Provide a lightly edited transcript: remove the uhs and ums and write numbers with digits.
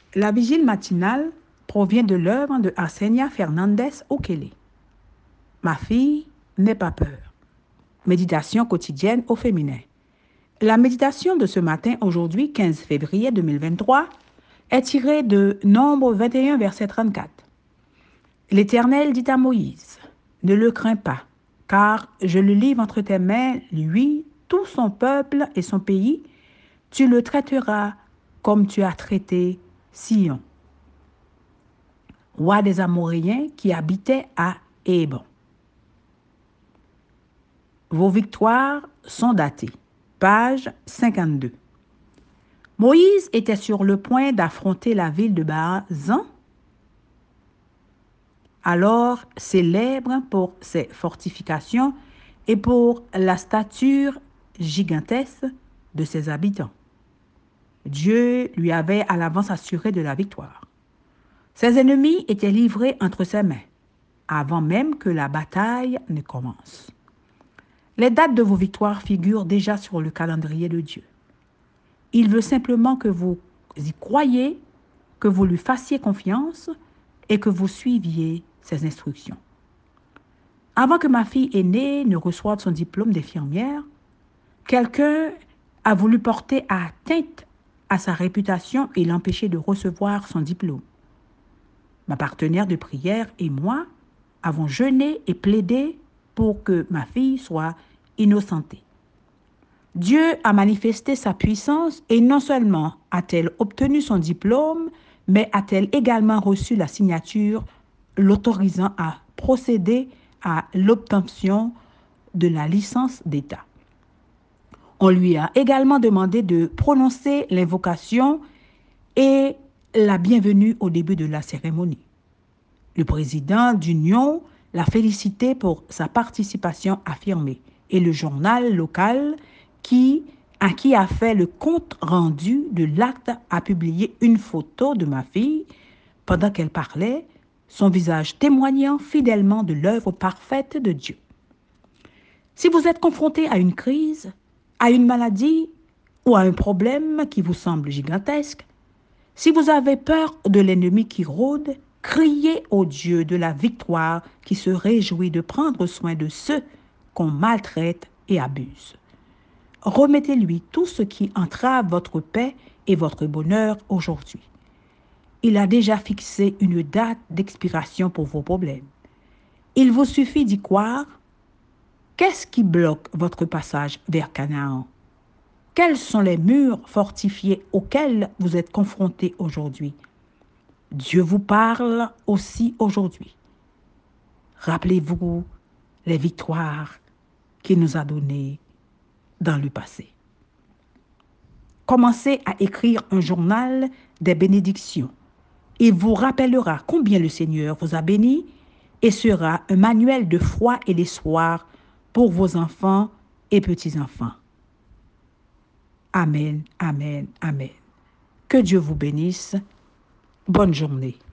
La vigile matinale provient de l'œuvre de Arsenia Fernandez Okele. Ma fille, n'aie pas peur. Méditation quotidienne au féminin. La méditation de ce matin, aujourd'hui, 15 février 2023, est tirée de Nombre 21, verset 34. L'Éternel dit à Moïse, ne le crains pas, car je le livre entre tes mains, lui, tout son peuple et son pays, tu le traiteras comme tu as traité Sion, roi des Amoréens qui habitait à Hébron. Vos victoires sont datées. Page 52. Moïse était sur le point d'affronter la ville de Bazan, alors célèbre pour ses fortifications et pour la stature gigantesque de ses habitants. Dieu lui avait à l'avance assuré de la victoire. Ses ennemis étaient livrés entre ses mains, avant même que la bataille ne commence. Les dates de vos victoires figurent déjà sur le calendrier de Dieu. Il veut simplement que vous y croyiez, que vous lui fassiez confiance et que vous suiviez ses instructions. Avant que ma fille aînée ne reçoive son diplôme d'infirmière, quelqu'un a voulu porter atteinte à sa réputation et l'empêcher de recevoir son diplôme. Ma partenaire de prière et moi avons jeûné et plaidé pour que ma fille soit innocentée. Dieu a manifesté sa puissance et non seulement a-t-elle obtenu son diplôme, mais a-t-elle également reçu la signature l'autorisant à procéder à l'obtention de la licence d'État. On lui a également demandé de prononcer l'invocation et la bienvenue au début de la cérémonie. Le président d'Union l'a félicité pour sa participation affirmée et le journal local à qui a fait le compte rendu de l'acte a publié une photo de ma fille pendant qu'elle parlait, son visage témoignant fidèlement de l'œuvre parfaite de Dieu. Si vous êtes confronté à une crise, à une maladie ou à un problème qui vous semble gigantesque, si vous avez peur de l'ennemi qui rôde, criez au Dieu de la victoire qui se réjouit de prendre soin de ceux qu'on maltraite et abuse. Remettez-lui tout ce qui entrave votre paix et votre bonheur aujourd'hui. Il a déjà fixé une date d'expiration pour vos problèmes. Il vous suffit d'y croire. Qu'est-ce qui bloque votre passage vers Canaan? Quels sont les murs fortifiés auxquels vous êtes confrontés aujourd'hui? Dieu vous parle aussi aujourd'hui. Rappelez-vous les victoires qu'il nous a données dans le passé. Commencez à écrire un journal des bénédictions. Il vous rappellera combien le Seigneur vous a béni et sera un manuel de foi et d'espoir pour vos enfants et petits-enfants. Amen, amen, amen. Que Dieu vous bénisse. Bonne journée.